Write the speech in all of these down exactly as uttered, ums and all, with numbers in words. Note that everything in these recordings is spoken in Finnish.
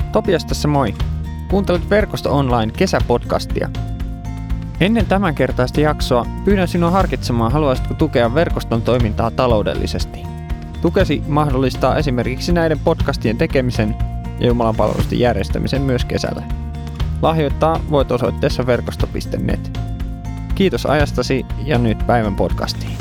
Topias tässä moi. Kuuntelet Verkosto Online kesäpodcastia. Ennen tämänkertaista jaksoa pyydän sinua harkitsemaan, haluaisitko tukea verkoston toimintaa taloudellisesti. Tukesi mahdollistaa esimerkiksi näiden podcastien tekemisen ja jumalanpalvelusten järjestämisen myös kesällä. Lahjoittaa voit osoitteessa verkosto piste net. Kiitos ajastasi ja nyt päivän podcastiin.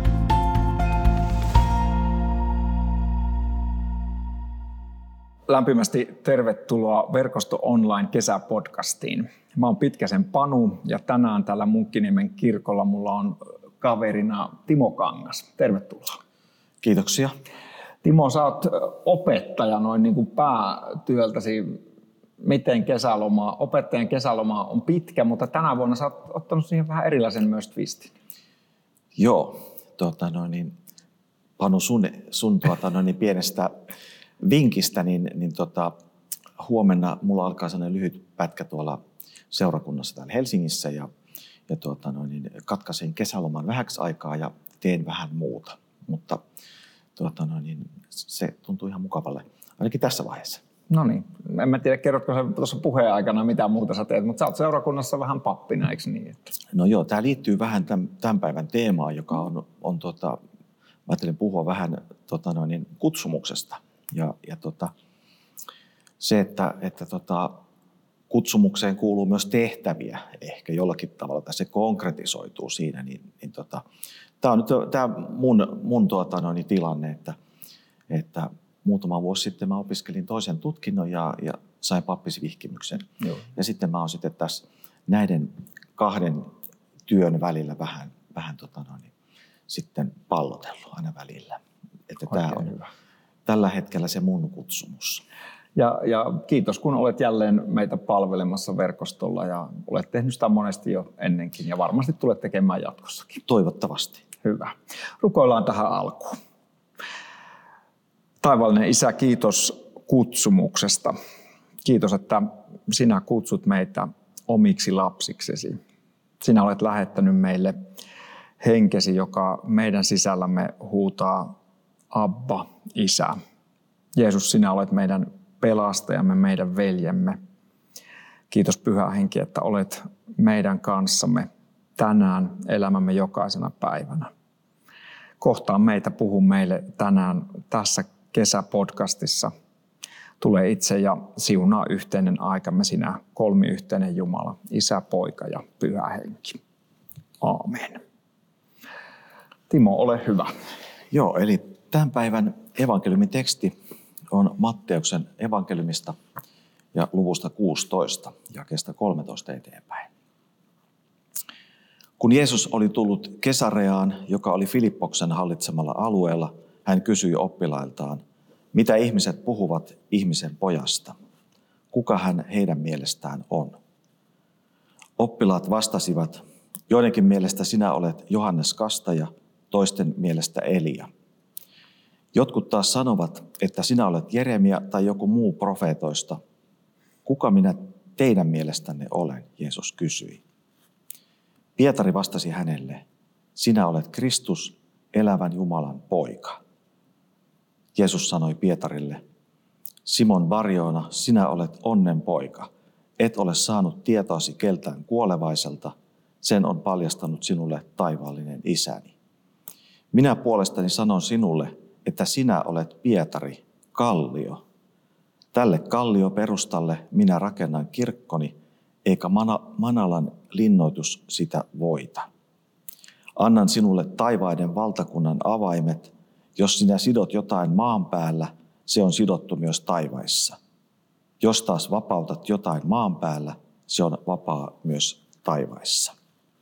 Lämpimästi tervetuloa Verkosto Online kesäpodcastiin. Mä oon Pitkäsen Panu ja tänään täällä Munkkiniemen kirkolla mulla on kaverina Timo Kangas. Tervetuloa. Kiitoksia. Timo, sä oot opettaja noin niin kuin päätyöltäsi. Miten kesäloma? Opettajan kesäloma on pitkä, mutta tänä vuonna sä oot ottanut siihen vähän erilaisen myös twistin. Joo, tuota, no niin, Panu sun, sun tuota, no niin, pienestä vinkistä, niin, niin tota, huomenna mulla alkaa sellainen lyhyt pätkä tuolla seurakunnassa täällä Helsingissä ja, ja tuota, no niin, katkaisen kesäloman vähäksi aikaa ja teen vähän muuta, mutta tuota, no niin, se tuntuu ihan mukavalle, ainakin tässä vaiheessa. No niin, en mä tiedä, kerrotko sä tuossa puheen aikana mitä muuta sä teet, mutta sä oot seurakunnassa vähän pappina, eikö niin? Että... No joo, tämä liittyy vähän tämän, tämän päivän teemaan, joka on, on tota, mä ajattelin puhua vähän tota, no niin, kutsumuksesta. Ja, ja tota, se, että, että tota, kutsumukseen kuuluu myös tehtäviä ehkä jollakin tavalla, tai se konkretisoituu siinä, niin, niin tota, tämä on nyt tämä mun, mun tuota, no niin, tilanne, että, että muutama vuosi sitten mä opiskelin toisen tutkinnon ja, ja sain pappisvihkimyksen. Joo. Ja sitten mä oon sitten tässä näiden kahden työn välillä vähän, vähän tota, no niin, sitten pallotellut aina välillä. Että tämä on hyvä. Tällä hetkellä se mun kutsumus. Ja, ja kiitos, kun olet jälleen meitä palvelemassa verkostolla ja olet tehnyt sitä monesti jo ennenkin ja varmasti tulet tekemään jatkossakin. Toivottavasti. Hyvä. Rukoillaan tähän alkuun. Taivaallinen Isä, kiitos kutsumuksesta. Kiitos, että sinä kutsut meitä omiksi lapsiksesi. Sinä olet lähettänyt meille henkesi, joka meidän sisällämme huutaa Abba, Isä. Jeesus, sinä olet meidän pelastajamme, meidän veljemme. Kiitos Pyhä Henki, että olet meidän kanssamme tänään elämämme jokaisena päivänä. Kohtaa meitä, puhu meille tänään tässä kesäpodcastissa. Tule itse ja siunaa yhteinen aikamme, sinä kolmiyhteinen Jumala, Isä, Poika ja Pyhä Henki. Aamen. Timo, ole hyvä. Joo, eli tämän päivän evankeliumin teksti on Matteuksen evankeliumista ja luvusta kuusitoista, jakeesta kolmetoista eteenpäin. Kun Jeesus oli tullut Kesareaan, joka oli Filippoksen hallitsemalla alueella, hän kysyi oppilailtaan, mitä ihmiset puhuvat ihmisen pojasta? Kuka hän heidän mielestään on? Oppilaat vastasivat, joidenkin mielestä sinä olet Johannes Kastaja, toisten mielestä Elia. Jotkut taas sanovat, että sinä olet Jeremia tai joku muu profeetoista. Kuka minä teidän mielestänne olen, Jeesus kysyi. Pietari vastasi hänelle, sinä olet Kristus, elävän Jumalan poika. Jeesus sanoi Pietarille, Simon Barjoona, sinä olet onnen poika. Et ole saanut tietoasi keltään kuolevaiselta, sen on paljastanut sinulle taivaallinen Isäni. Minä puolestani sanon sinulle, että sinä olet Pietari, kallio. Tälle kallioperustalle minä rakennan kirkkoni, eikä Manalan linnoitus sitä voita. Annan sinulle taivaiden valtakunnan avaimet. Jos sinä sidot jotain maan päällä, se on sidottu myös taivaissa. Jos taas vapautat jotain maan päällä, se on vapaa myös taivaissa.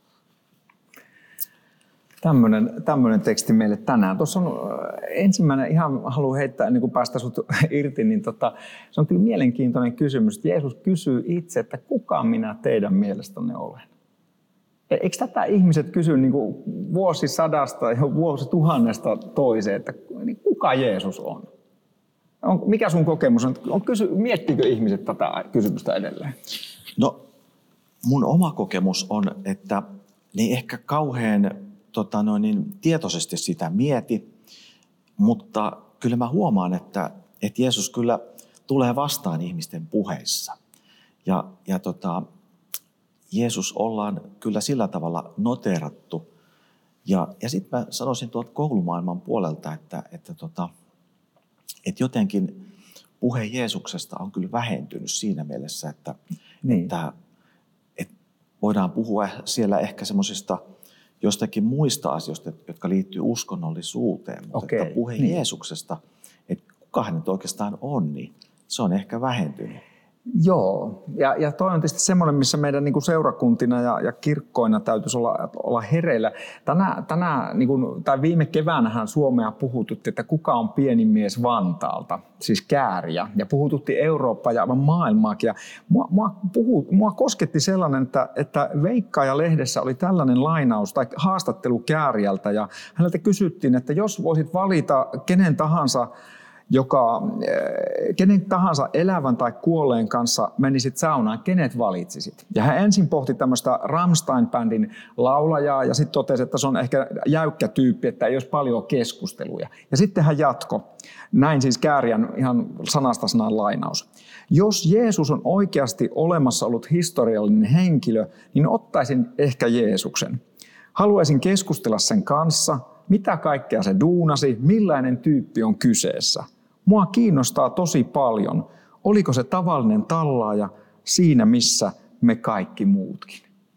Tämmöinen, tämmöinen teksti meille tänään. Tuossa on ensimmäinen, ihan haluan heittää ennen kuin päästä sut irti, niin tota, se on kyllä mielenkiintoinen kysymys. Jeesus kysyy itse, että kuka minä teidän mielestänne olen? Eikö tätä ihmiset kysy niin kuin vuosisadasta ja vuosituhannesta toiseen, että kuka Jeesus on? on mikä sun kokemus on? on kysy, miettikö ihmiset tätä kysymystä edelleen? No mun oma kokemus on, että ne ehkä kauhean tota noin, niin tietoisesti sitä mieti, mutta kyllä mä huomaan, että, että Jeesus kyllä tulee vastaan ihmisten puheissa. Ja, ja tota, Jeesus ollaan kyllä sillä tavalla noteerattu. Ja, ja sitten mä sanoisin tuolta koulumaailman puolelta, että, että, tota, että jotenkin puhe Jeesuksesta on kyllä vähentynyt siinä mielessä, että, niin. että, että voidaan puhua siellä ehkä semmoisista jostakin muista asioista, jotka liittyy uskonnollisuuteen. Mutta Okei, että puhe niin. Jeesuksesta, että kuka hän nyt oikeastaan on, niin se on ehkä vähentynyt. Joo, ja, ja toi on tietysti semmoinen, missä meidän niin kuin seurakuntina ja, ja kirkkoina täytyisi olla, olla hereillä. Tänä, tänä, niin kuin, tai viime keväänähän Suomea puhututti, että kuka on pieni mies Vantaalta, siis Kääriä, ja puhututti Eurooppaa ja maailmaakin. Ja mua, mua, puhu, mua kosketti sellainen, että, että Veikkaaja-lehdessä oli tällainen lainaus tai haastattelu Kääriältä, ja häneltä kysyttiin, että jos voisit valita kenen tahansa, joka kenen tahansa elävän tai kuolleen kanssa menisit saunaan, kenet valitsisit? Ja hän ensin pohti tämmöistä Rammstein-bändin laulajaa ja sitten totesi, että se on ehkä jäykkä tyyppi, että ei olisi paljon keskusteluja. Ja sitten hän jatkoi. Näin siis Kääriän ihan sanasta sanaan lainaus. Jos Jeesus on oikeasti olemassa ollut historiallinen henkilö, niin ottaisin ehkä Jeesuksen. Haluaisin keskustella sen kanssa, mitä kaikkea se duunasi, millainen tyyppi on kyseessä. Mua kiinnostaa tosi paljon, oliko se tavallinen tallaaja siinä, missä me kaikki muutkin.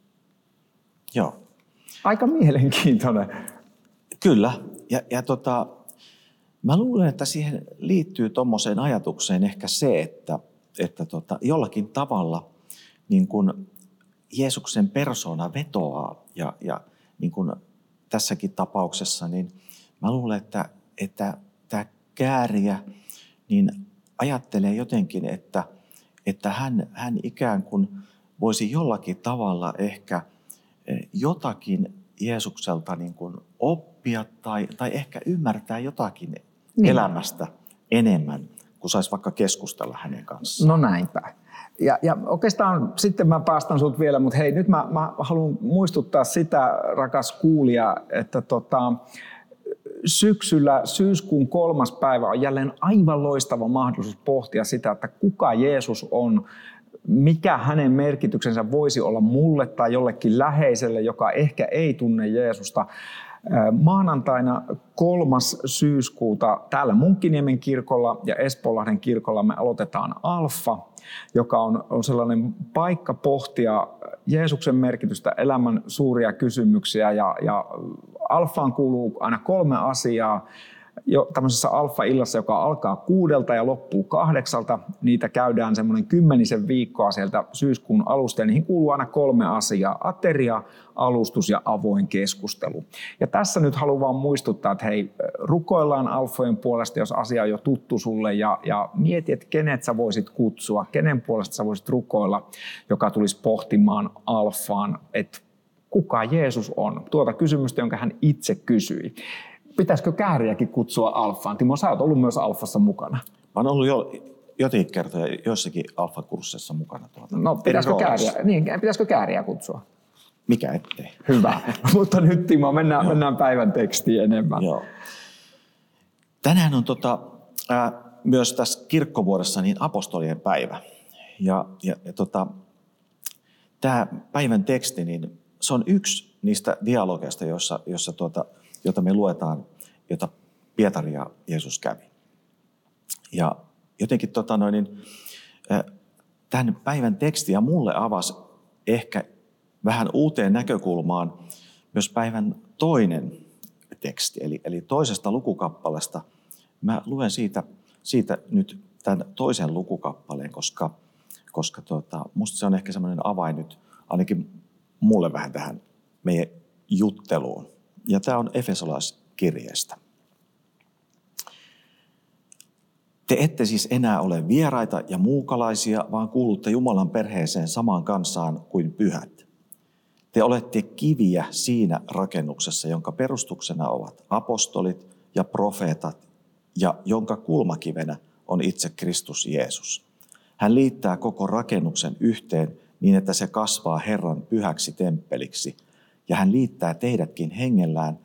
Joo. Aika mielenkiintoinen. Kyllä, ja, ja tota, mä luulen, että siihen liittyy tuommoiseen ajatukseen ehkä se, että, että tota, jollakin tavalla niin kun Jeesuksen persoona vetoaa ja, ja niin kun tässäkin tapauksessa, niin mä luulen, että, että tämä Kääriä niin ajattelee jotenkin, että, että hän, hän ikään kuin voisi jollakin tavalla ehkä jotakin Jeesukselta niin kuin oppia tai, tai ehkä ymmärtää jotakin niin. elämästä enemmän, kun saisi vaikka keskustella hänen kanssaan. No näinpä. Ja, ja oikeastaan sitten mä päästän sut vielä, mutta hei, nyt mä, mä haluan muistuttaa sitä, rakas kuulija, että tota, syksyllä syyskuun kolmas päivä on jälleen aivan loistava mahdollisuus pohtia sitä, että kuka Jeesus on, mikä hänen merkityksensä voisi olla mulle tai jollekin läheiselle, joka ehkä ei tunne Jeesusta. Maanantaina kolmas syyskuuta täällä Munkkiniemen kirkolla ja Espoonlahden kirkolla me aloitetaan Alfa, joka on, on sellainen paikka pohtia Jeesuksen merkitystä, elämän suuria kysymyksiä. Ja, ja Alfaan kuuluu aina kolme asiaa. Jo tämmöisessä Alfa-illassa, joka alkaa kuudelta ja loppuu kahdeksalta, niitä käydään semmoinen kymmenisen viikkoa sieltä syyskuun alusta, ja niihin kuuluu aina kolme asiaa: ateria, alustus ja avoin keskustelu. Ja tässä nyt haluan vaan muistuttaa, että hei, rukoillaan Alfojen puolesta, jos asia on jo tuttu sulle, ja, ja mieti, että kenet sä voisit kutsua, kenen puolesta sä voisit rukoilla, joka tulisi pohtimaan Alfaan, että kuka Jeesus on. Tuota kysymystä, jonka hän itse kysyi. Pitäisikö Kääriäkin kutsua Alfaan? Timo, sä oot ollut myös Alfassa mukana. Mä oon ollut jo jotenkin kertoja joissakin Alfa-kursseissa mukana. Tuolta. No, pitäisikö Kääriä, niin, pitäisikö Kääriä kutsua? Mikä ettei. Hyvä. Mutta nyt Timo, mennään, mennään päivän tekstiin enemmän. Joo. Tänään on tota, ää, myös tässä kirkkovuodessa niin apostolien päivä. Ja, ja, ja tota, tämä päivän teksti, niin se on yksi niistä dialogeista, jossa, jossa tuota, jota me luetaan, jota Pietari ja Jeesus kävi. Ja jotenkin tota noin, niin, tämän päivän tekstiä mulle avasi ehkä vähän uuteen näkökulmaan myös päivän toinen teksti, eli, eli toisesta lukukappaleesta. Mä luen siitä, siitä nyt tämän toisen lukukappaleen, koska, koska tota, musta se on ehkä semmoinen avain nyt, ainakin mulle vähän tähän meidän jutteluun. Ja tämä on Efesolaiskirjeestä. Te ette siis enää ole vieraita ja muukalaisia, vaan kuulutte Jumalan perheeseen samaan kansaan kuin pyhät. Te olette kiviä siinä rakennuksessa, jonka perustuksena ovat apostolit ja profeetat, ja jonka kulmakivenä on itse Kristus Jeesus. Hän liittää koko rakennuksen yhteen niin, että se kasvaa Herran pyhäksi temppeliksi, ja hän liittää teidätkin hengellään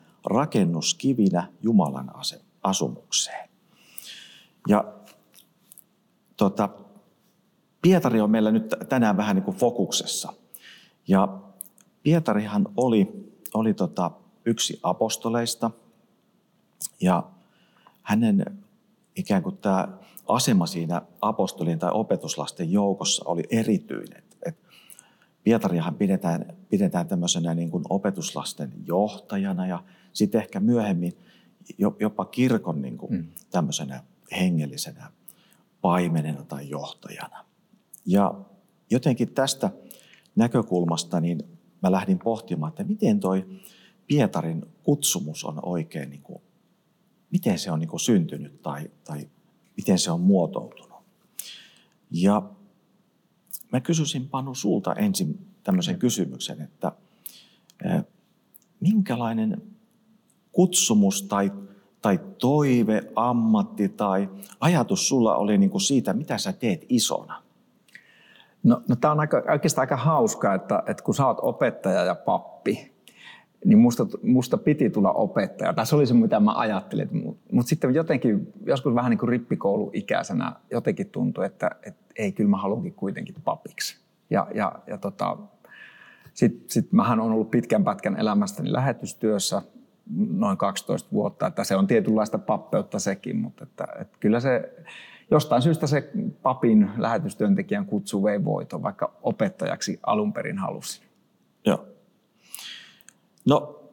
rakennuskivinä Jumalan asumukseen. Ja tota, Pietari on meillä nyt tänään vähän niin kuin fokuksessa. Ja Pietarihan oli, oli tota yksi apostoleista ja hänen ikään kuin tämä asema siinä apostolien tai opetuslasten joukossa oli erityinen. Et Pietarihan pidetään, pidetään tämmöisenä niin kuin opetuslasten johtajana ja sitten ehkä myöhemmin jopa kirkon niin kuin mm. tämmöisenä hengellisenä paimenena tai johtajana. Ja jotenkin tästä näkökulmasta niin mä lähdin pohtimaan, että miten toi Pietarin kutsumus on oikein, niin kuin, miten se on niin kuin syntynyt tai, tai miten se on muotoutunut. Ja mä kysyisin Panu sulta ensin tämmöisen kysymyksen, että minkälainen kutsumus tai, tai toive, ammatti tai ajatus sulla oli niin kuin siitä, mitä sä teet isona? No, no tämä on aika, oikeastaan aika hauskaa, että, että kun sä oot opettaja ja pappi, niin musta, musta piti tulla opettaja. Tässä oli se, mitä mä ajattelin. Mutta mut sitten jotenkin, joskus vähän niin kuin rippikouluikäisenä jotenkin tuntui, että et, ei, kyllä mä haluankin kuitenkin papiksi. Ja, ja, ja tota, sitten sit mähän olen ollut pitkän pätkän elämästäni lähetystyössä, noin kaksitoista vuotta. Että se on tietynlaista pappeutta sekin, mutta että, että kyllä se jostain syystä se papin lähetystyöntekijän kutsu vei voiton, vaikka opettajaksi alun perin halusin. Joo. No,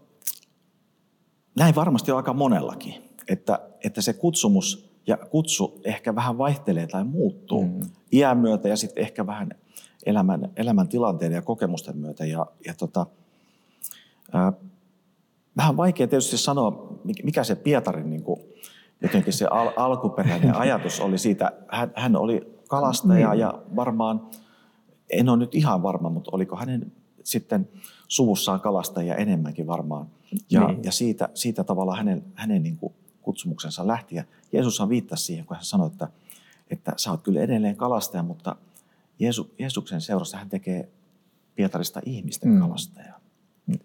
näin varmasti on aika monellakin, että, että se kutsumus ja kutsu ehkä vähän vaihtelee tai muuttuu mm. iän myötä ja sitten ehkä vähän elämän, elämän tilanteiden ja kokemusten myötä. Ja, ja tota, ää, vähän vaikea tietysti sanoa, mikä se Pietarin niin kuin, jotenkin se al- alkuperäinen ajatus oli siitä. Hän, hän oli kalastaja mm. ja varmaan, en ole nyt ihan varma, mutta oliko hänen sitten suvussaan kalastajia enemmänkin varmaan. Ja, niin. ja siitä, siitä tavallaan hänen, hänen niin kuin kutsumuksensa lähti. Ja Jeesushan viittasi siihen, kun hän sanoi, että, että sä oot kyllä edelleen kalastaja, mutta Jeesu, Jeesuksen seurassa hän tekee Pietarista ihmisten mm. kalastajaa. Mm.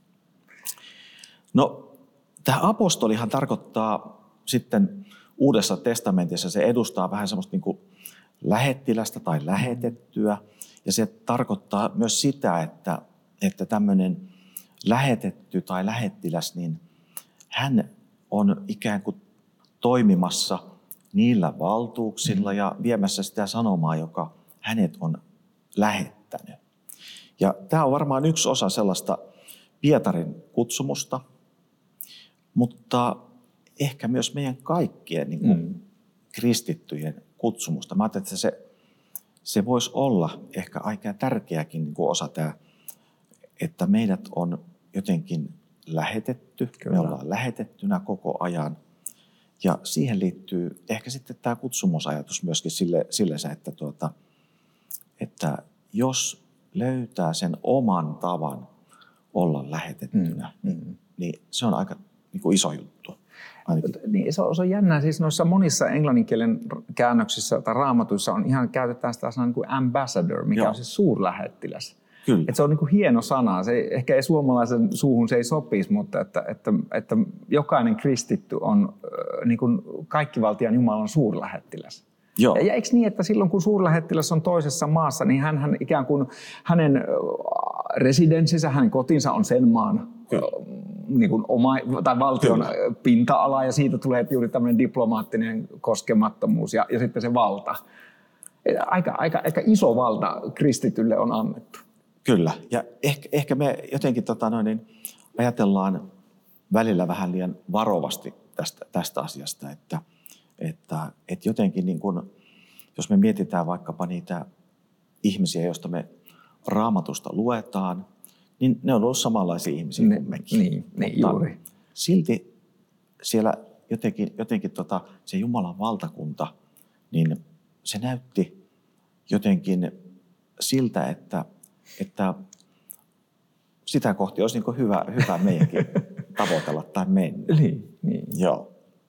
No, tämä apostolihan tarkoittaa sitten Uudessa testamentissa, se edustaa vähän semmoista niin kuin lähettilästä tai lähetettyä. Ja se tarkoittaa myös sitä, että että tämmöinen lähetetty tai lähettiläs, niin hän on ikään kuin toimimassa niillä valtuuksilla ja viemässä sitä sanomaa, joka hänet on lähettänyt. Ja tämä on varmaan yksi osa sellaista Pietarin kutsumusta, mutta ehkä myös meidän kaikkien niin kuin mm. kristittyjen kutsumusta. Mä ajattelin, että se, se voisi olla ehkä aika tärkeäkin niin kuin osa tämä, että meidät on jotenkin lähetetty, Kyllä. me ollaan lähetettynä koko ajan. Ja siihen liittyy ehkä sitten tämä kutsumusajatus myöskin sille, sille se, että, tuota, että jos löytää sen oman tavan olla lähetettynä, mm. niin, niin se on aika niin kuin iso juttu. Niin, se, on, se on jännää. Siis noissa monissa englanninkielen käännöksissä tai raamatuissa on ihan käytetään sitä sanaa niin kuin ambassador, mikä Joo. on siis suurlähettiläs. Kyllä. Että se on niin kuin hieno sana. Se ei, ehkä ei suomalaisen suuhun se ei sopisi, mutta että, että, että jokainen kristitty on niin kuin kaikkivaltiaan Jumalan suurlähettiläs. Joo. Ja eikö niin, että silloin kun suurlähettiläs on toisessa maassa, niin hän, hän ikään kuin hänen residenssinsä, hänen kotinsa on sen maan niin kuin oma, tai valtion Kyllä. pinta-ala, ja siitä tulee juuri tämmöinen diplomaattinen koskemattomuus ja, ja sitten se valta. Aika, aika, aika iso valta kristitylle on annettu. Kyllä, ja ehkä, ehkä me jotenkin tota noin, niin ajatellaan välillä vähän liian varovasti tästä, tästä asiasta, että, että, että jotenkin niin kun, jos me mietitään vaikkapa niitä ihmisiä, joista me Raamatusta luetaan, niin ne on ollut samanlaisia ihmisiä ne, kuin mekin. Niin, niin juuri. Silti siellä jotenkin, jotenkin tota, se Jumalan valtakunta, niin se näytti jotenkin siltä, että että sitä kohti olisi niin kuin hyvä, hyvä meidänkin tavoitella tai mennä. Niin, niin. Joo.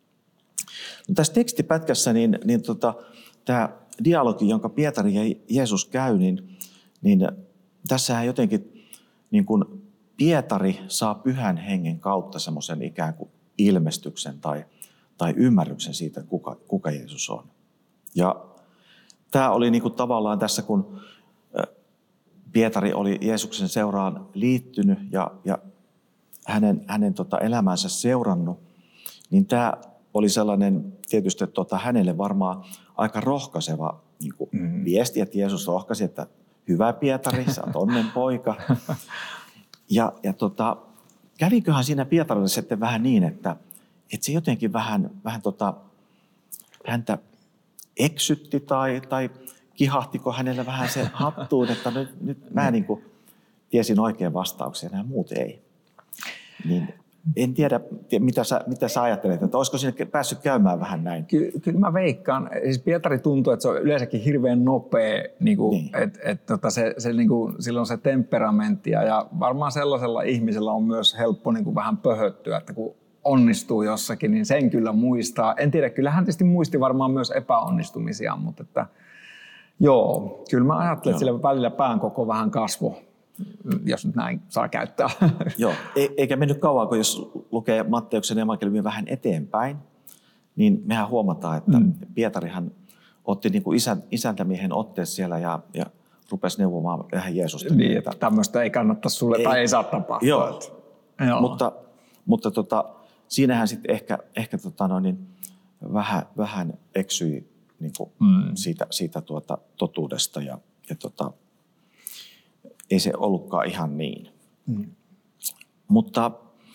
No tässä tekstipätkässä niin, niin tota, tämä dialogi, jonka Pietari ja Jeesus käy, niin, niin tässähän jotenkin niin kuin Pietari saa Pyhän Hengen kautta semmoisen ikään kuin ilmestyksen tai, tai ymmärryksen siitä, kuka, kuka Jeesus on. Ja tämä oli niin kuin tavallaan tässä, kun Pietari oli Jeesuksen seuraan liittynyt ja, ja hänen, hänen tota elämänsä seurannut, niin tämä oli sellainen tietysti tota, hänelle varmaan aika rohkaiseva niin kuin mm. viesti, että Jeesus rohkaisi, että hyvä Pietari, sä oot onnen poika. Ja, ja tota, käviköhän siinä Pietarille sitten vähän niin, että, että se jotenkin vähän, vähän tota, häntä eksytti tai, tai kihahtiko hänellä vähän se hattuun, että nyt, nyt mä niin kuin tiesin oikein vastauksia, nämä muut ei. Niin en tiedä, mitä sä, mitä sä ajattelet, että olisiko siinä päässyt käymään vähän näin? Ky- kyllä mä veikkaan. Siis Pietari tuntuu, että se on yleensäkin hirveän nopea, niin kuin, niin. että et, tota se, se, niin kuin, sillä on se temperamentti ja varmaan sellaisella ihmisellä on myös helppo niin kuin vähän pöhöttyä, että kun onnistuu jossakin, niin sen kyllä muistaa. En tiedä, kyllä hän tietysti muisti varmaan myös epäonnistumisia, mutta että, joo, kyllä mä ajattelen, että sillä välillä pään koko vähän kasvo, jos nyt näin saa käyttää. Joo, eikä mennyt kauan, kun jos lukee Matteuksen evankeliumin vähän eteenpäin, niin mehän huomataan, että mm. Pietarihan otti niin kuin isän, isäntämiehen otteet siellä ja, ja rupesi neuvomaan vähän Jeesusta. Niin, että tämmöistä ei kannattaisi sulle ei, tai ei saa tapahtua. Joo, joo. mutta, mutta tota, siinähän sitten ehkä, ehkä tota no niin, vähän, vähän eksyi niin kuin mm. siitä, siitä tuota totuudesta ja, ja tota, ei se ollutkaan ihan niin. Mm. Mutta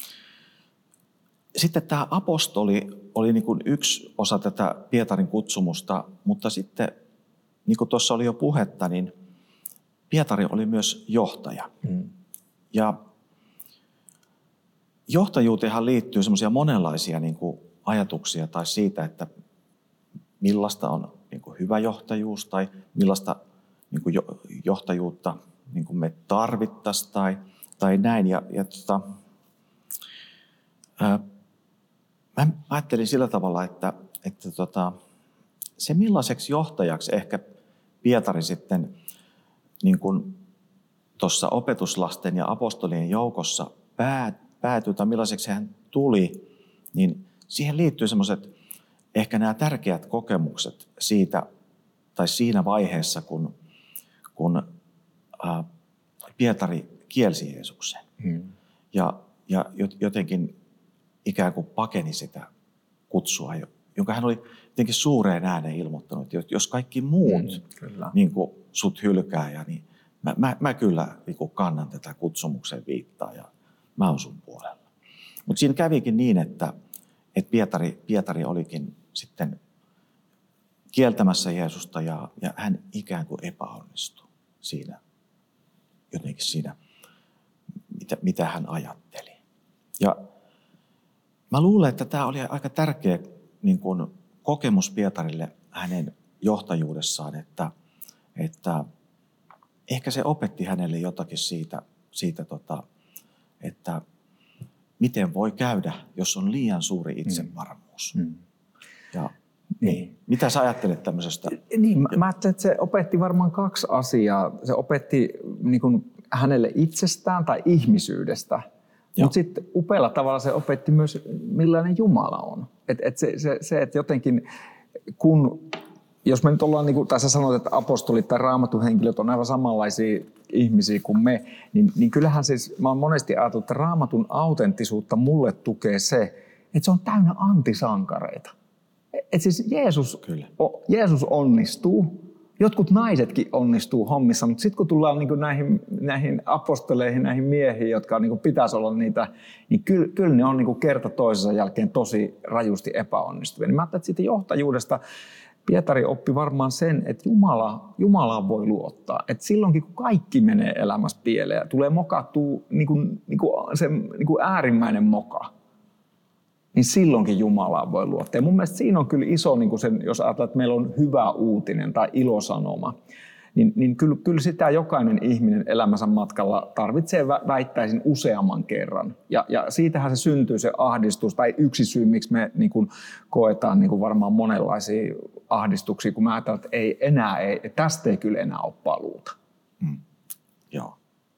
sitten tämä apostoli oli niin kuin yksi osa tätä Pietarin kutsumusta, mutta sitten niin kuin tuossa oli jo puhetta, niin Pietari oli myös johtaja. Mm. Ja johtajuuteenhan liittyy semmoisia monenlaisia niin kuin ajatuksia tai siitä, että millaista on niin kuin hyvä johtajuus tai millaista niin kuin johtajuutta niin kuin me tarvittaisiin tai, tai näin. Ja, ja tota, ää, mä ajattelin sillä tavalla, että, että tota, se millaiseksi johtajaksi ehkä Pietari sitten niin kuin tuossa opetuslasten ja apostolien joukossa päätyi tai millaiseksi hän tuli, niin siihen liittyy semmoiset ehkä nämä tärkeät kokemukset siitä tai siinä vaiheessa, kun, kun ää, Pietari kielsi Jeesuksen. Hmm. Ja, ja jotenkin ikään kuin pakeni sitä kutsua, jonka hän oli jotenkin suureen ääneen ilmoittanut, että jos kaikki muut hmm, niin kuin sut hylkää, ja niin mä, mä, mä kyllä niin kuin kannan tätä kutsumuksen viittaa ja mä oon sun puolella. Mutta siinä kävikin niin, että, että Pietari, Pietari olikin sitten kieltämässä Jeesusta ja, ja hän ikään kuin epäonnistui siinä, jotenkin siinä, mitä, mitä hän ajatteli. Ja mä luulen, että tämä oli aika tärkeä niin kuin kokemus Pietarille hänen johtajuudessaan, että, että ehkä se opetti hänelle jotakin siitä, siitä tota, että miten voi käydä, jos on liian suuri itsevarmuus. Mm. Ja, niin. Mitä sä ajattelet tämmöisestä? Niin, mä ajattelen, että se opetti varmaan kaksi asiaa. Se opetti niin kuin hänelle itsestään tai ihmisyydestä, mutta sitten upealla tavalla se opetti myös, millainen Jumala on. Et, et se, se, se, että jotenkin, kun, jos me nyt ollaan, niin kuin, tai sä sanoit, että apostolit tai raamatun henkilöt on aivan samanlaisia ihmisiä kuin me, niin, niin kyllähän siis, mä oon monesti ajatellut, että raamatun autenttisuutta mulle tukee se, että se on täynnä antisankareita. Että siis Jeesus, o, Jeesus onnistuu, jotkut naisetkin onnistuu hommissa, mutta sitten kun tullaan niin näihin, näihin apostoleihin, näihin miehiin, jotka niin pitäisi olla niitä, niin kyllä, kyllä ne on niin kerta toisensa jälkeen tosi rajusti epäonnistuvia. Niin mä ajattelin, että siitä johtajuudesta Pietari oppi varmaan sen, että Jumala, Jumalaan voi luottaa. Että silloinkin, kun kaikki menee elämässä pieleen ja tulee mokattua niin kuin, niin kuin se niin kuin äärimmäinen moka, niin silloinkin Jumalaan voi luottaa. Ja mun mielestä siinä on kyllä iso, niin kuin sen, jos ajatellaan, että meillä on hyvä uutinen tai ilosanoma, niin, niin kyllä, kyllä sitä jokainen ihminen elämänsä matkalla tarvitsee, väittäisin, useamman kerran. Ja, ja siitähän se syntyy se ahdistus, tai yksi syy, miksi me niin kuin koetaan niin kuin varmaan monenlaisia ahdistuksia, kun mä ajattelen, että ei enää, ei, tästä ei kyllä enää ole paluuta. Mm. Joo.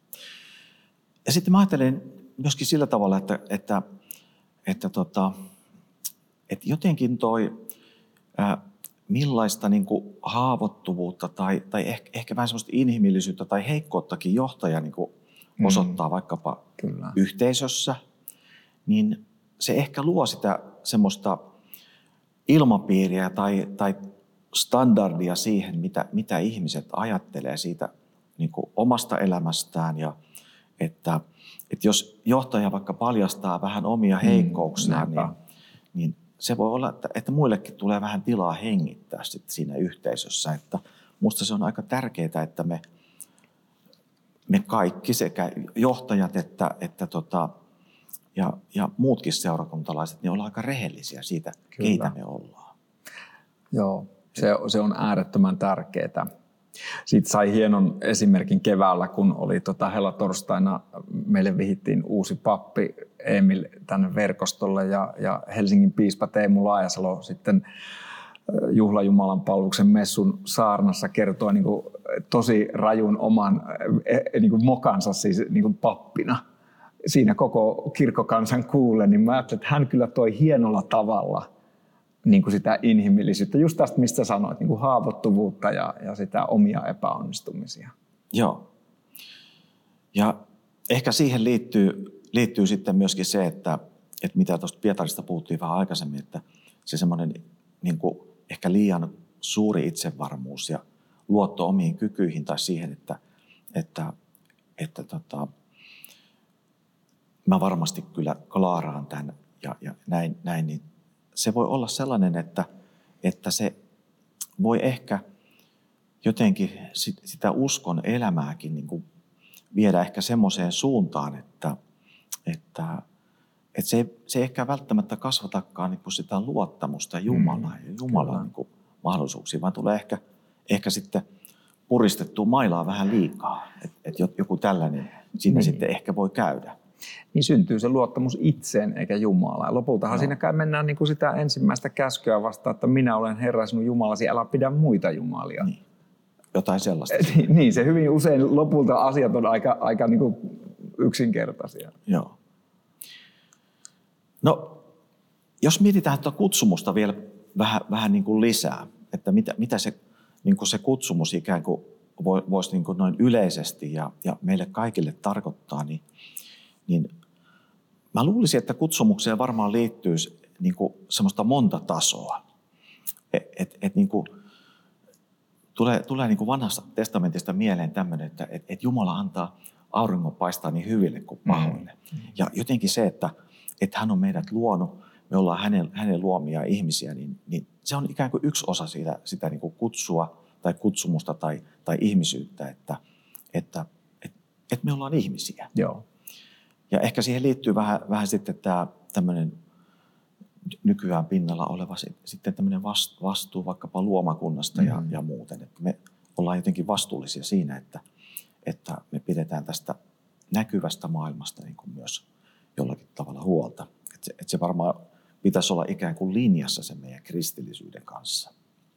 Ja sitten mä ajattelen myöskin sillä tavalla, että, että Että, tota, että jotenkin toi, ää, millaista niin kuin haavoittuvuutta tai, tai ehkä, ehkä vähän semmoista inhimillisyyttä tai heikkouttakin johtaja niin kuin osoittaa mm. vaikkapa Kyllä. yhteisössä, niin se ehkä luo sitä semmoista ilmapiiriä tai, tai standardia siihen, mitä, mitä ihmiset ajattelee siitä niin kuin omasta elämästään. Ja että, että jos johtaja vaikka paljastaa vähän omia heikkouksiaan, mm, niin, niin se voi olla, että, että muillekin tulee vähän tilaa hengittää sitten siinä yhteisössä. Että musta se on aika tärkeää, että me, me kaikki, sekä johtajat että, että tota, ja, ja muutkin seurakuntalaiset, niin ollaan aika rehellisiä siitä, Kyllä. keitä me ollaan. Joo, se, se on äärettömän tärkeää. Siitä sai hienon esimerkin keväällä, kun oli tota helatorstaina, meille vihittiin uusi pappi Emil tänne verkostolle ja, ja Helsingin piispa Teemu Laajasalo sitten Juhlajumalan palveluksen messun saarnassa kertoi niin kuin tosi rajun oman niin kuin mokansa siis niin kuin pappina. Siinä koko kirkkokansan kuulen, niin mä ajattelin, että hän kyllä toi hienolla tavalla niin kuin sitä inhimillisyyttä, just tästä mistä sanoit, niin kuin haavoittuvuutta ja, ja sitä omia epäonnistumisia. Joo. Ja ehkä siihen liittyy, liittyy sitten myöskin se, että, että mitä tuosta Pietarista puhuttiin vähän aikaisemmin, että se semmoinen niin kuin ehkä liian suuri itsevarmuus ja luotto omiin kykyihin tai siihen, että, että, että tota, mä varmasti kyllä klaaraan tämän ja, ja näin, näin, niin se voi olla sellainen, että, että se voi ehkä jotenkin sit, sitä uskon elämääkin niin kuin viedä ehkä semmoiseen suuntaan, että, että, että se, ei, se ei ehkä välttämättä kasvatakaan niin kuin sitä luottamusta Jumalaan ja Jumalan niin kuin mahdollisuuksiin, vaan tulee ehkä, ehkä sitten puristettua mailaa vähän liikaa, että, että joku tällainen siinä niin. sitten ehkä voi käydä. Niin syntyy se luottamus itseen eikä Jumalaan. Lopultahan no. siinäkään mennään niin kuin sitä ensimmäistä käskyä vastaan, että minä olen Herra sinun Jumalasi, älä pidä muita jumalia. Niin. Jotain sellaista. Niin, se hyvin usein lopulta asiat on aika, aika niin kuin yksinkertaisia. Joo. No, jos mietitään tuota kutsumusta vielä vähän, vähän niin kuin lisää, että mitä, mitä se, niin kuin se kutsumus ikään kuin voisi niin kuin noin yleisesti ja, ja meille kaikille tarkoittaa, niin niin mä luulisin, että kutsumukseen varmaan liittyy niin kuin semmoista monta tasoa. Et, et, et niin kuin, tulee tulee niin kuin vanhasta testamentista mieleen tämmöinen, että et, et Jumala antaa auringon paistaa niin hyville kuin pahoille. Mm. Ja jotenkin se, että et hän on meidät luonut, me ollaan hänen, hänen luomia ihmisiä, niin, niin se on ikään kuin yksi osa siitä, sitä niin kuin kutsua tai kutsumusta tai, tai ihmisyyttä, että, että et, et me ollaan ihmisiä. Joo. Ja ehkä siihen liittyy vähän, vähän sitten tämä tämmöinen nykyään pinnalla oleva sitten tämmöinen vastuu vaikkapa luomakunnasta ja, mm-hmm. ja muuten. Että me ollaan jotenkin vastuullisia siinä, että, että me pidetään tästä näkyvästä maailmasta niin kuin myös jollakin tavalla huolta. Että se, että se varmaan pitäisi olla ikään kuin linjassa sen meidän kristillisyyden kanssa.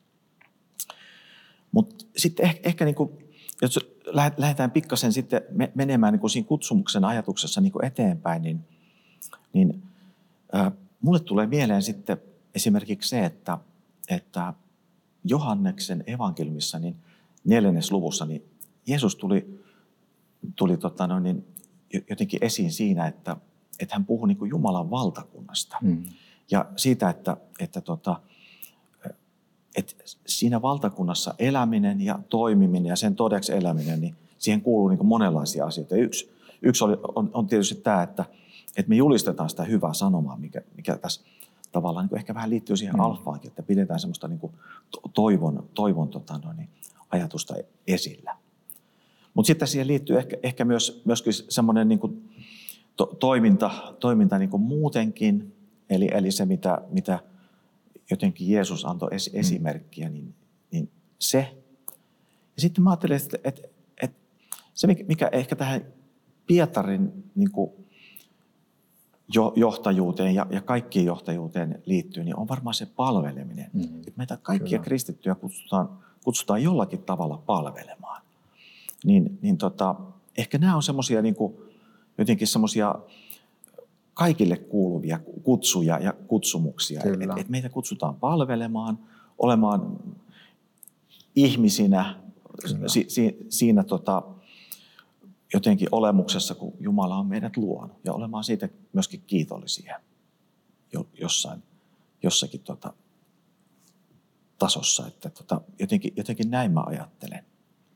Mutta sitten ehkä, ehkä niin kuin, jos lähdetään pikkasen sitten menemään niin kuin siinä kutsumuksen ajatuksessa niin kuin eteenpäin, niin, niin äh, mulle tulee mieleen sitten esimerkiksi se, että, että Johanneksen evankeliumissa niin neljännes luvussa niin Jeesus tuli, tuli tota noin, niin jotenkin esiin siinä, että, että hän puhui niin kuin Jumalan valtakunnasta mm. ja siitä, että, että tota, että siinä valtakunnassa eläminen ja toimiminen ja sen todeksi eläminen, niin siihen kuuluu niin kuin monenlaisia asioita. Yksi, yksi oli, on, on tietysti tämä, että, että me julistetaan sitä hyvää sanomaa, mikä, mikä tässä tavallaan niin kuin ehkä vähän liittyy siihen mm. alfaankin, että pidetään semmoista niin kuin toivon, toivon tota noin, ajatusta esillä. Mutta sitten siihen liittyy ehkä, ehkä myös, myöskin semmoinen niin kuin to, toiminta, toiminta niin kuin muutenkin, eli, eli se mitä... mitä jotenkin Jeesus antoi es, esimerkkiä, niin, niin se. Ja sitten mä ajattelen, että, että, että se, mikä ehkä tähän Pietarin niin kuin johtajuuteen ja, ja kaikkien johtajuuteen liittyy, niin on varmaan se palveleminen. Mm-hmm. Että meitä kaikkia Kyllä. kristittyjä kutsutaan, kutsutaan jollakin tavalla palvelemaan. Niin, niin tota, ehkä nämä on semmoisia niin kuin, jotenkin semmoisia kaikille kuuluvia kutsuja ja kutsumuksia. Et, et meitä kutsutaan palvelemaan, olemaan ihmisinä si, si, siinä tota, jotenkin olemuksessa, kun Jumala on meidät luonut. Ja olemaan siitä myöskin kiitollisia jo, jossain, jossakin tota, tasossa. Että tota, jotenkin, jotenkin näin mä ajattelen.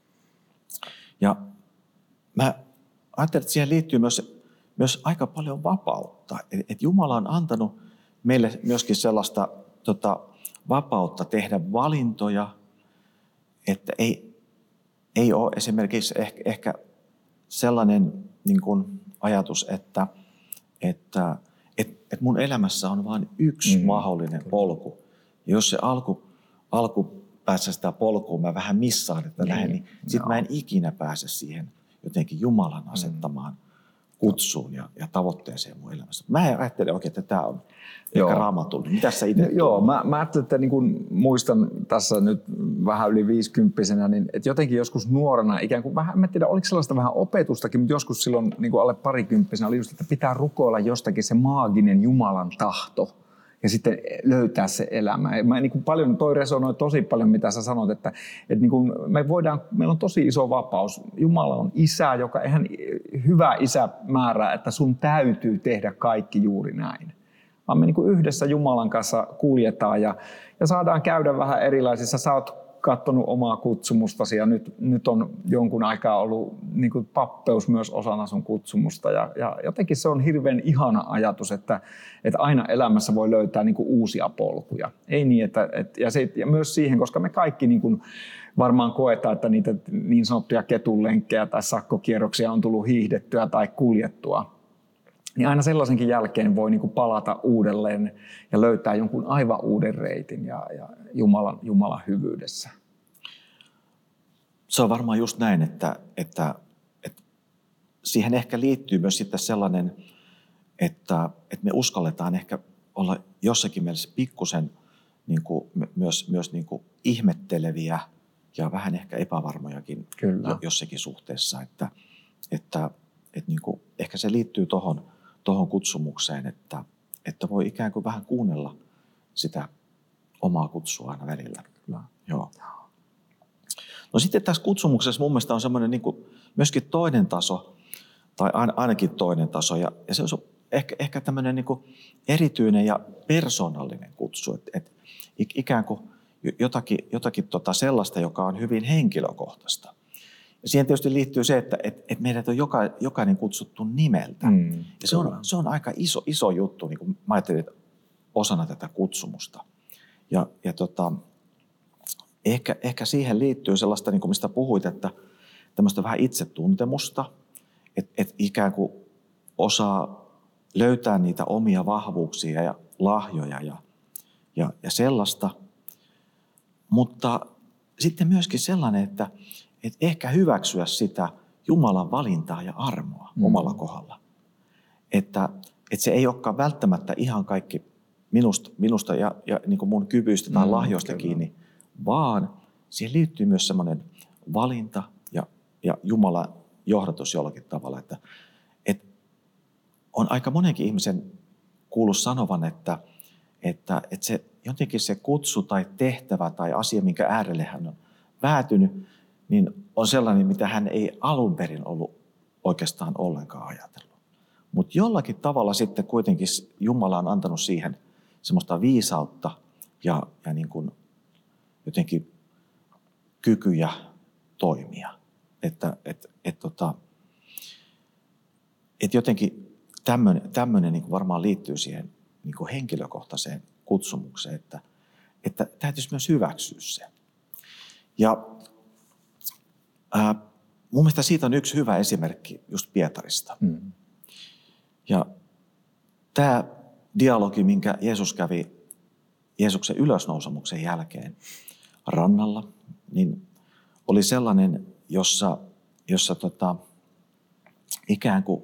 Ja mä ajattelen, että siihen liittyy myös, myös aika paljon vapautta. Että Jumala on antanut meille myöskin sellaista tota, vapautta tehdä valintoja, että ei, ei ole esimerkiksi ehkä, ehkä sellainen niin kuin ajatus, että, että et, et mun elämässä on vain yksi mm. mahdollinen polku. Ja jos se alku, alkupäässä sitä polkua mä vähän missaan, että mm. lähden, niin sitten mä en ikinä pääse siihen jotenkin Jumalan asettamaan mm. kutsuun ja, ja tavoitteeseen mun elämässä. Mä ajattelen oikein, että tämä on Joo. ehkä raamatullinen. Mitä sä itse? Joo, mä, mä ajattelen, että niin kun muistan tässä nyt vähän yli viisikymppisenä, niin että jotenkin joskus nuorena ikään kuin vähän, mä tiedän, oliko sellaista vähän opetustakin, mutta joskus silloin niin kuin alle parikymppisenä oli just, että pitää rukoilla jostakin se maaginen Jumalan tahto ja sitten löytää se elämä. Mä niin kuin paljon, toi resonoi tosi paljon, mitä sä sanot, että, että niin kuin me voidaan, meillä on tosi iso vapaus. Jumala on isä, joka ihan hyvä isä määrää, että sun täytyy tehdä kaikki juuri näin. Vaan me niin kuin yhdessä Jumalan kanssa kuljetaan ja, ja saadaan käydä vähän erilaisissa. Sä oot katsonut omaa kutsumustasi ja nyt, nyt on jonkun aikaa ollut niin kuin pappeus myös osana sun kutsumusta. Ja, ja jotenkin se on hirveän ihana ajatus, että, että aina elämässä voi löytää niin kuin uusia polkuja. Ei niin, että, että, ja, se, ja myös siihen, koska me kaikki niin kuin varmaan koetaan, että niitä niin sanottuja ketunlenkkejä tai sakkokierroksia on tullut hiihdettyä tai kuljettua. Niin aina sellaisenkin jälkeen voi niin kuin palata uudelleen ja löytää jonkun aivan uuden reitin ja, ja Jumalan, Jumalan hyvyydessä. Se on varmaan just näin, että, että, että siihen ehkä liittyy myös sitten sellainen, että, että me uskalletaan ehkä olla jossakin mielessä pikkusen niin kuin, myös, myös niin kuin ihmetteleviä ja vähän ehkä epävarmojakin Kyllä. jossakin suhteessa. Että, että, että niin kuin, ehkä se liittyy tuohon tuohon kutsumukseen, että, että voi ikään kuin vähän kuunnella sitä omaa kutsua aina välillä. Kyllä. Joo. No sitten tässä kutsumuksessa mun mielestä on semmoinen niin kuin myöskin toinen taso, tai ainakin toinen taso, ja, ja se on ehkä, ehkä tämmöinen niin kuin erityinen ja persoonallinen kutsu, että, että ikään kuin jotakin, jotakin tota sellaista, joka on hyvin henkilökohtaista. Ja siihen tietysti liittyy se, että, että, että meidät on joka, jokainen kutsuttu nimeltä. Mm, ja se on, se on aika iso, iso juttu, niin kuin mä ajattelin, että osana tätä kutsumusta. Ja, ja tota, ehkä, ehkä siihen liittyy sellaista, niin kuin mistä puhuit, että tämmöistä vähän itsetuntemusta, että, että ikään kuin osaa löytää niitä omia vahvuuksia ja lahjoja ja, ja, ja sellaista. Mutta sitten myöskin sellainen, että että ehkä hyväksyä sitä Jumalan valintaa ja armoa mm. omalla kohdalla. Että, että se ei olekaan välttämättä ihan kaikki minusta, minusta ja, ja niin kuin mun kyvyistä tai mm, lahjoista kyllä. kiinni, vaan siihen liittyy myös semmoinen valinta ja, ja Jumalan johdatus jollakin tavalla. Että, että on aika monenkin ihmisen kuullut sanovan, että, että, että se, jotenkin se kutsu tai tehtävä tai asia, minkä äärelle hän on päätynyt, niin on sellainen, mitä hän ei alun perin ollut oikeastaan ollenkaan ajatellut. Mutta jollakin tavalla sitten kuitenkin Jumala on antanut siihen semmoista viisautta ja, ja niin kuin jotenkin kykyjä toimia. Että et, et tota, et jotenkin tämmöinen niin kuin varmaan liittyy siihen niin kuin henkilökohtaiseen kutsumukseen, että, että täytyisi myös hyväksyä se. Ja Ää, mun mielestä siitä on yksi hyvä esimerkki just Pietarista. Mm. Ja tämä dialogi, minkä Jeesus kävi Jeesuksen ylösnousemuksen jälkeen rannalla, niin oli sellainen, jossa, jossa tota, ikään kuin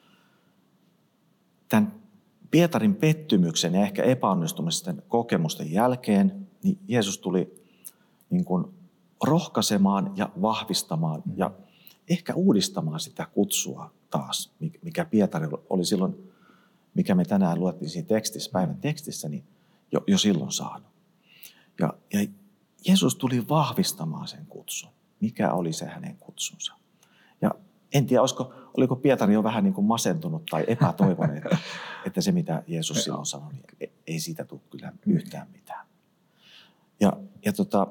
tämän Pietarin pettymyksen ja ehkä epäonnistumisten kokemusten jälkeen, niin Jeesus tuli niin kuin rohkaisemaan ja vahvistamaan mm. ja ehkä uudistamaan sitä kutsua taas, mikä Pietari oli silloin, mikä me tänään luettiin siinä tekstissä, päivän tekstissä, niin jo, jo silloin saanut. Ja, ja Jeesus tuli vahvistamaan sen kutsun. Mikä oli se hänen kutsunsa? Ja en tiedä, olisiko, oliko Pietari jo vähän niin kuin masentunut tai epätoivoinen, että, että se mitä Jeesus silloin sanoi, niin ei siitä tule kyllä yhtään mitään. Ja, ja tota,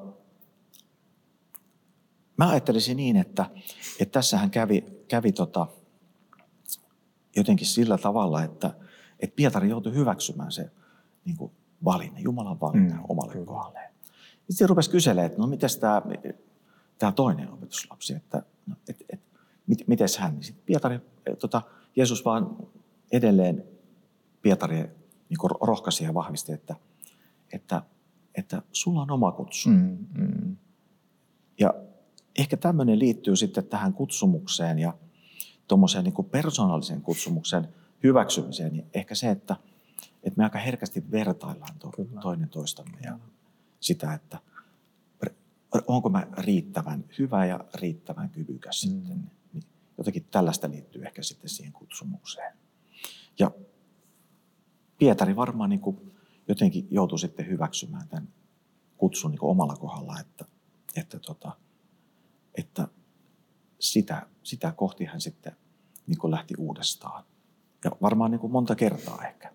mä ajattelisin niin, että, että tässähän kävi, kävi tota, jotenkin sillä tavalla, että, että Pietari joutui hyväksymään se niin kuin valinnan, Jumalan valinnan mm, omalle kyllä. kohdalleen. Sitten rupesi kyselemään, että no mites tämä, tämä toinen opetuslapsi, että no, et, et, mit, mites hän? Sitten Pietari, tota, Jeesus vaan edelleen Pietari niin kuin rohkaisi ja vahvisti, että, että, että sulla on oma kutsu. Mm, mm. Ja ehkä tämmöinen liittyy sitten tähän kutsumukseen ja tuommoiseen niin kuin persoonallisen kutsumuksen hyväksymiseen. Niin ehkä se, että, että me aika herkästi vertaillaan to, toinen toistamme ja sitä, että onko mä riittävän hyvä ja riittävän kyvykäs mm. sitten. Niin jotenkin tällaista liittyy ehkä sitten siihen kutsumukseen. Ja Pietari varmaan niin kuin jotenkin joutui sitten hyväksymään tämän kutsun niin kuin omalla kohdalla, että, että, tota, että sitä, sitä kohti hän sitten niin kuin lähti uudestaan. Ja varmaan niin kuin monta kertaa ehkä.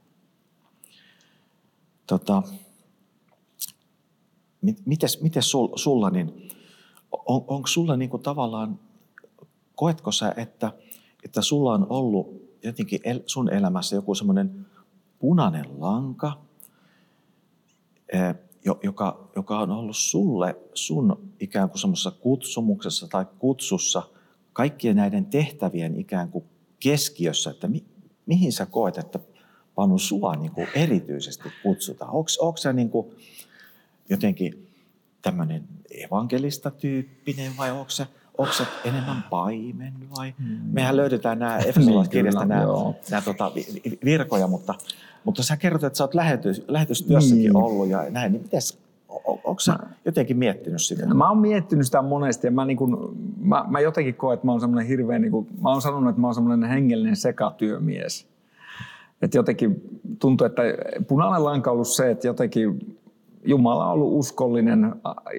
Tota, mites, mites sul, sulla, niin on, onko sulla niin kuin tavallaan, koetko sä, että, että sulla on ollut jotenkin el, sun elämässä joku semmoinen punainen lanka, joka, joka on ollut sulle sun ikään kuin semmoisessa kutsumuksessa tai kutsussa kaikkien näiden tehtävien ikään kuin keskiössä, että mi, mihin sä koet, että Panu sua niin kuin erityisesti kutsutaan? Onko sä niin kuin jotenkin tämmöinen evankelista tyyppinen vai onko sä, onko sä enemmän paimen vai? Hmm. Mehän löydetään nämä Efesolaiskirjasta nämä, nämä tota, virkoja, mutta, mutta sä kerrot, että sä oot lähetys, lähetystyössäkin hmm. ollut ja näin, niin mites, onko sä jotenkin miettinyt sitä? No, mä oon miettinyt sitä monesti ja mä, niin kun, mä, mä jotenkin koen, että mä oon semmoinen hirveän, niin kun, mä oon sanonut, että mä oon semmoinen hengellinen sekatyömies. Että jotenkin tuntuu, että punainen lanka on ollut se, että jotenkin Jumala on ollut uskollinen.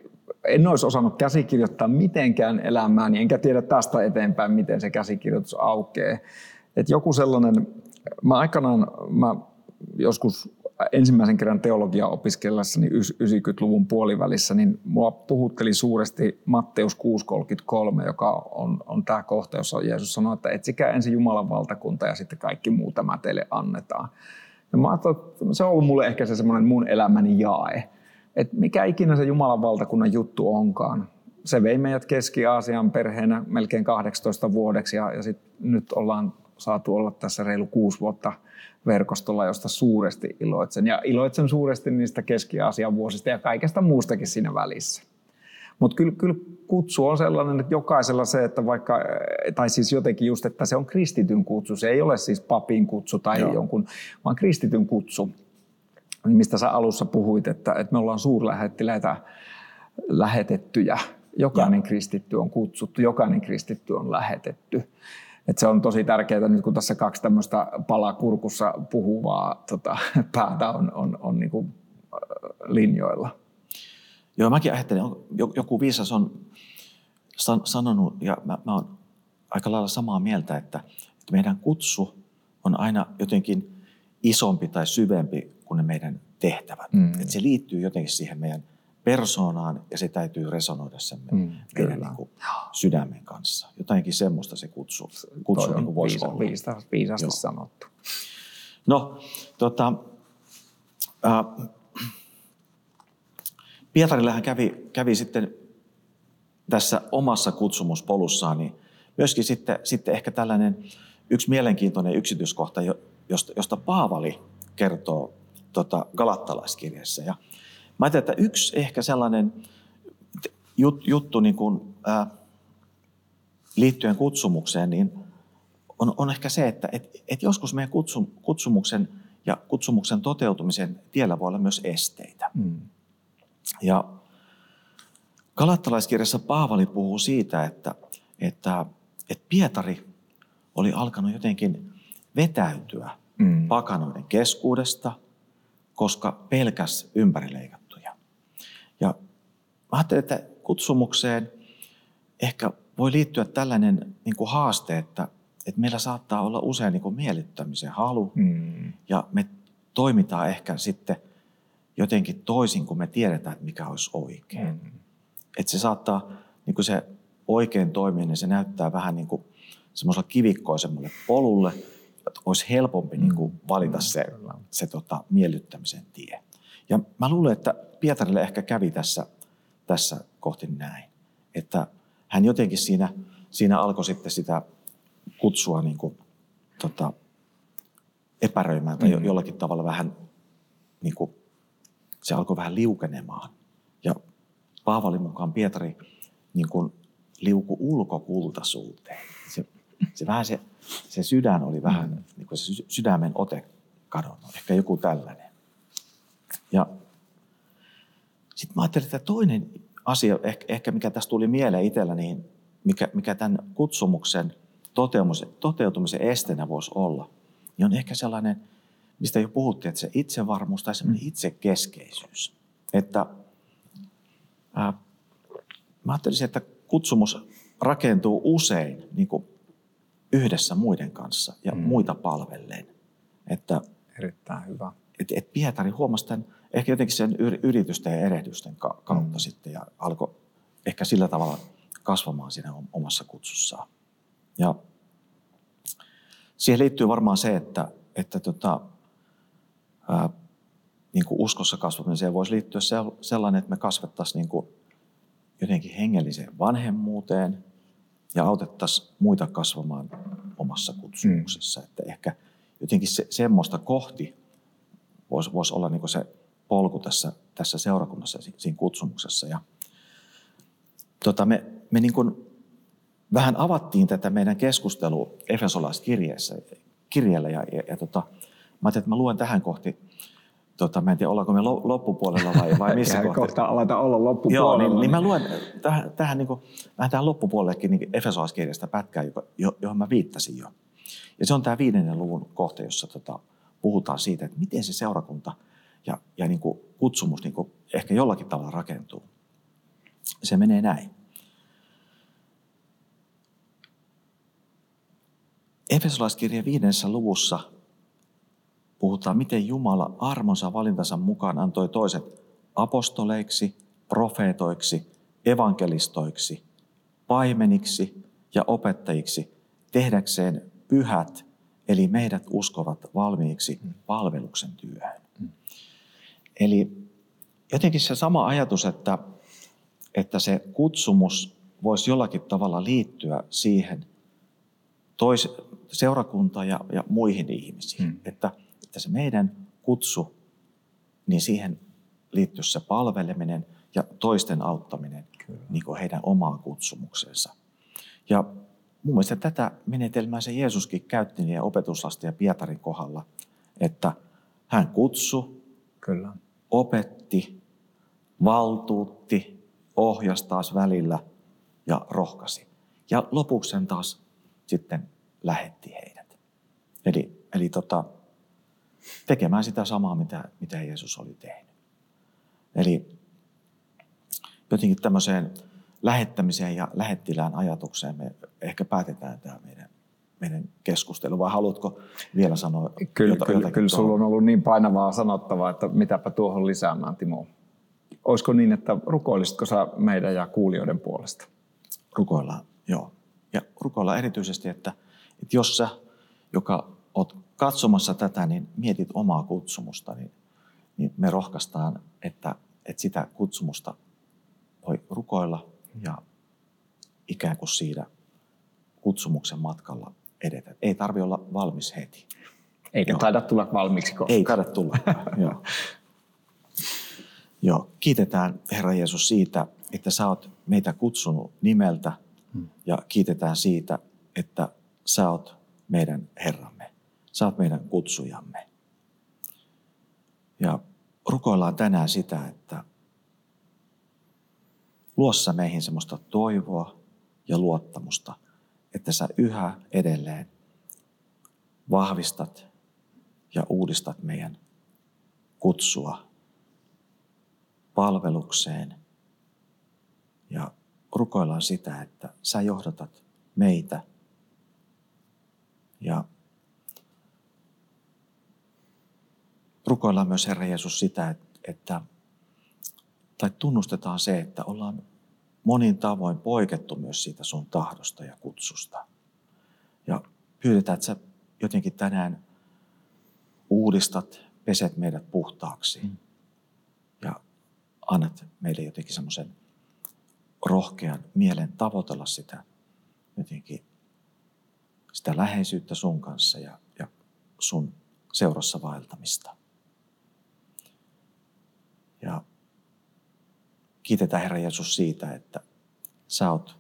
En olisi osannut käsikirjoittaa mitenkään elämääni, enkä tiedä tästä eteenpäin, miten se käsikirjoitus aukeaa. Että joku sellainen, mä aikanaan, mä joskus ensimmäisen kerran teologiaa opiskellessani yhdeksänkymmentäluvun puolivälissä, niin mua puhutteli suuresti Matteus kuusi kolmekymmentäkolme, joka on, on tämä kohta, jossa Jeesus sanoo, että etsikää ensin Jumalan valtakunta ja sitten kaikki muu tämä teille annetaan. Ja mä ajattelin, että se on ollut mulle ehkä se semmoinen mun elämäni jae, että mikä ikinä se Jumalan valtakunnan juttu onkaan. Se vei meidät Keski-Aasian perheenä melkein kahdeksantoista vuodeksi ja, ja sit nyt ollaan saatu olla tässä reilu kuusi vuotta verkostolla, josta suuresti iloitsen. Ja iloitsen suuresti niistä Keski-Aasian vuosista ja kaikesta muustakin siinä välissä. Mutta kyllä, kyllä kutsu on sellainen, että jokaisella se, että vaikka, tai siis jotenkin just, että se on kristityn kutsu. Se ei ole siis papin kutsu tai Joo. jonkun, vaan kristityn kutsu. Mistä sä alussa puhuit, että, että me ollaan suurlähettiläitä lähetettyjä. Jokainen Joo. kristitty on kutsuttu, jokainen kristitty on lähetetty. Että se on tosi tärkeää nyt, kun tässä kaksi tämmöistä palakurkussa puhuvaa tota, päätä on, on, on niin kuin linjoilla. Joo, mäkin ajattelin, joku viisas on sanonut, ja mä, mä oon aika lailla samaa mieltä, että, että meidän kutsu on aina jotenkin isompi tai syvempi kuin ne meidän tehtävät. Mm. Että se liittyy jotenkin siihen meidän persoonaan ja se täytyy resonoida sen mm, meidän niin kuin sydämen kanssa. Jotainkin semmoista se kutsu, kutsu niin kuin voisi viisa, olla. Viisa, viisasti Joo. sanottu. No, tota, äh, Pietarillahan kävi, kävi sitten tässä omassa kutsumuspolussaan, niin myöskin sitten, sitten ehkä tällainen yksi mielenkiintoinen yksityiskohta, josta, josta Paavali kertoo tota, Galattalaiskirjassa. Ja mä ajattelin, että yksi ehkä sellainen jut, juttu niin kuin, ää, liittyen kutsumukseen, niin on, on ehkä se, että et, et joskus meidän kutsum, kutsumuksen ja kutsumuksen toteutumisen tiellä voi olla myös esteitä. Mm. Ja Galattalaiskirjassa Paavali puhuu siitä, että, että, että Pietari oli alkanut jotenkin vetäytyä mm. pakanoiden keskuudesta, koska pelkäs ympärileikattuja. Ja mä ajattelin, että kutsumukseen ehkä voi liittyä tällainen niin kuin haaste, että, että meillä saattaa olla usein niin kuin miellyttämisen halu mm. ja me toimitaan ehkä sitten jotenkin toisin, kun me tiedetään, että mikä olisi oikein. Mm. Että se saattaa, niin kuin se oikein toimiminen, se näyttää vähän niin kuin semmoisella kivikkoisemmalle polulle, että olisi helpompi mm. niin kuin valita se, se tota, miellyttämisen tie. Ja mä luulen, että Pietarille ehkä kävi tässä, tässä kohti näin, että hän jotenkin siinä, siinä alkoi sitten sitä kutsua niin kuin, tota, epäröimään tai mm. jollakin tavalla vähän, niin kuin, se alkoi vähän liukenemaan. Ja Paavalin mukaan Pietari niin kuin liuku ulkokultaisuuteen. Se, se, vähän se, se sydän oli vähän, mm. niin kuin se sydämen ote kadonnut, ehkä joku tällainen. Ja sitten mä ajattelin, että toinen asia, ehkä, ehkä mikä tässä tuli mieleen itsellä, niin mikä, mikä tämän kutsumuksen toteutumisen, toteutumisen esteenä voisi olla, niin on ehkä sellainen, mistä jo puhuttiin, että se itsevarmuus tai sellainen itsekeskeisyys. Että ää, mä ajattelisin, että kutsumus rakentuu usein niin kuin yhdessä muiden kanssa ja mm. muita palvelleen. Että, Erittäin hyvä. Että et Pietari huomasi tämän, ehkä jotenkin sen yritysten ja erehdysten kautta mm. sitten ja alkoi ehkä sillä tavalla kasvamaan siinä omassa kutsussaan. Ja siihen liittyy varmaan se, että, että tota, ää, niin kuin uskossa kasvamiseen voisi liittyä sellainen, että me kasvettaisiin niin kuin jotenkin hengelliseen vanhemmuuteen ja autettaisiin muita kasvamaan omassa kutsumuksessa. Mm. Että ehkä jotenkin se, semmoista kohti voisi, voisi olla niin kuin se polku tässä, tässä seurakunnassa, siinä kutsumuksessa. Ja, tota, me me niin kuin vähän avattiin tätä meidän keskustelua Efesolaiskirjeessä kirjeellä ja, ja, ja tota, mä ajattelin, että mä luen tähän kohti. Tota, mä en tiedä, ollaanko me loppupuolella vai, vai missä kohtaa. Kohta aletaan olla loppupuolella. Joo, niin, niin mä luen tähän, tähän, niin kuin, vähän tähän loppupuolellekin niin Efesolaiskirjasta pätkää, johon mä viittasin jo. Ja se on tämä viidennen luvun kohta, jossa tota, puhutaan siitä, että miten se seurakunta ja, ja niin kuin kutsumus niin kuin ehkä jollakin tavalla rakentuu. Se menee näin. Efesolaiskirjan viidennessä luvussa puhutaan, miten Jumala armonsa valintansa mukaan antoi toiset apostoleiksi, profeetoiksi, evankelistoiksi, paimeniksi ja opettajiksi tehdäkseen pyhät, eli meidät uskovat valmiiksi palveluksen työhön. Mm. Eli jotenkin se sama ajatus, että, että se kutsumus voisi jollakin tavalla liittyä siihen tois, seurakuntaan ja, ja muihin ihmisiin. Mm. Että, että se meidän kutsu, niin siihen liittyy se palveleminen ja toisten auttaminen niin kuin heidän omaan kutsumuksensa. Ja mun mielestä tätä menetelmää se Jeesuskin käytti niiden opetuslasten ja Pietarin kohdalla, että hän kutsui, Kyllä. opetti, valtuutti, ohjasi taas välillä ja rohkasi. Ja lopuksi hän taas sitten lähetti heidät. Eli, eli tota, tekemään sitä samaa, mitä, mitä Jeesus oli tehnyt. Eli jotenkin tämmöiseen lähettämiseen ja lähettilään ajatukseen me ehkä päätetään tämä meidän, meidän keskustelu. Vai haluatko vielä sanoa Kyllä, jota, kyllä, kyllä sulla on ollut niin painavaa sanottavaa, että mitäpä tuohon lisäämään, Timo. Olisiko niin, että rukoilisitko sä meidän ja kuulijoiden puolesta? Rukoillaan, joo. Ja rukoillaan erityisesti, että, että jos sä, joka oot katsomassa tätä, niin mietit omaa kutsumusta, niin, niin me rohkaistaan, että, että sitä kutsumusta voi rukoilla ja ikään kuin siinä kutsumuksen matkalla edetä. Ei tarvitse olla valmis heti. Eikä Joo. taida tulla valmiiksi koskaan. Ei taida tulla, Joo. Joo. Kiitetään Herra Jeesus siitä, että sä oot meitä kutsunut nimeltä hmm. ja kiitetään siitä, että sä oot meidän Herramme. Sä oot meidän kutsujamme. Ja rukoillaan tänään sitä, että luo sä meihin semmoista toivoa ja luottamusta, että sä yhä edelleen vahvistat ja uudistat meidän kutsua palvelukseen. Ja rukoillaan sitä, että sä johdatat meitä. Ja rukoillaan myös, Herra Jeesus, sitä, että tai tunnustetaan se, että ollaan monin tavoin poikettu myös siitä sun tahdosta ja kutsusta. Ja pyydetään, että sä jotenkin tänään uudistat, peset meidät puhtaaksi mm. ja annat meille jotenkin semmoisen rohkean mielen tavoitella sitä jotenkin sitä läheisyyttä sun kanssa ja, ja sun seurassa vaeltamista. Ja kiitetään, Herra Jeesus, siitä, että sä oot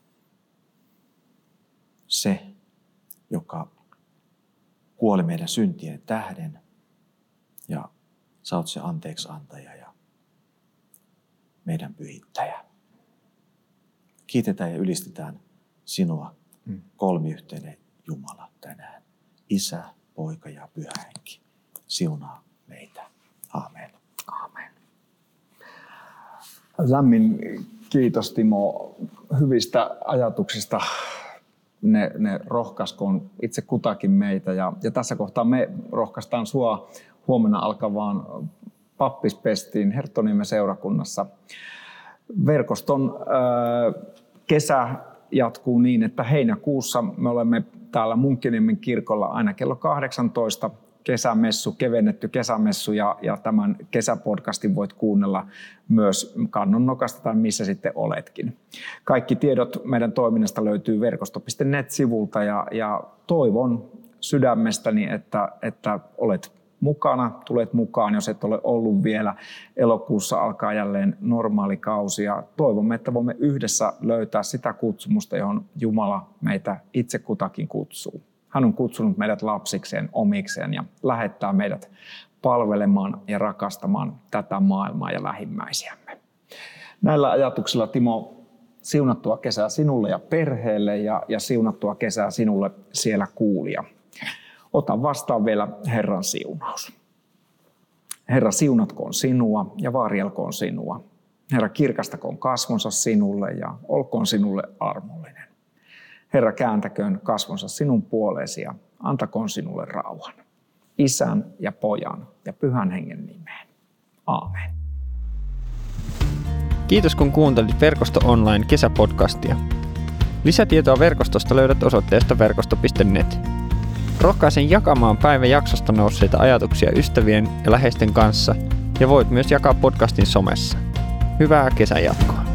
se, joka kuoli meidän syntien tähden, ja sä oot se anteeksi antaja ja meidän pyhittäjä. Kiitetään ja ylistetään sinua, mm. kolmiyhteinen Jumala, tänään. Isä, Poika ja Pyhä Henki. Siunaa meitä. Aamen. Aamen. Lämmin kiitos, Timo, hyvistä ajatuksista. Ne, ne rohkaiskoon itse kutakin meitä. Ja, ja tässä kohtaa me rohkaistaan sua huomenna alkavaan pappispestiin Herttoniemen seurakunnassa. Verkoston äh, kesä jatkuu niin, että heinäkuussa me olemme täällä Munkkiniemen kirkolla aina kello kahdeksantoista. Kesämessu, kevennetty kesämessu, ja, ja tämän kesäpodcastin voit kuunnella myös Kannonnokasta tai missä sitten oletkin. Kaikki tiedot meidän toiminnasta löytyy verkosto piste net-sivulta, ja, ja toivon sydämestäni, että, että olet mukana, tulet mukaan, jos et ole ollut vielä. Elokuussa alkaa jälleen normaali kausi, ja toivomme, että voimme yhdessä löytää sitä kutsumusta, johon Jumala meitä itse kutakin kutsuu. Hän on kutsunut meidät lapsikseen, omikseen ja lähettää meidät palvelemaan ja rakastamaan tätä maailmaa ja lähimmäisiämme. Näillä ajatuksilla, Timo, siunattua kesää sinulle ja perheelle ja, ja siunattua kesää sinulle siellä kuulija. Ota vastaan vielä Herran siunaus. Herra, siunatkoon sinua ja varjelkoon sinua. Herra, kirkastakoon kasvonsa sinulle ja olkoon sinulle armollinen. Herra, kääntäköön kasvonsa sinun puoleesi ja antakoon sinulle rauhan. Isän ja Pojan ja Pyhän Hengen nimeen. Aamen. Kiitos, kun kuuntelit Verkosto Online kesäpodcastia. Lisätietoa verkostosta löydät osoitteesta verkosto piste net. Rohkaisen jakamaan päivän jaksosta nousseita ajatuksia ystävien ja läheisten kanssa, ja voit myös jakaa podcastin somessa. Hyvää kesän jatkoa.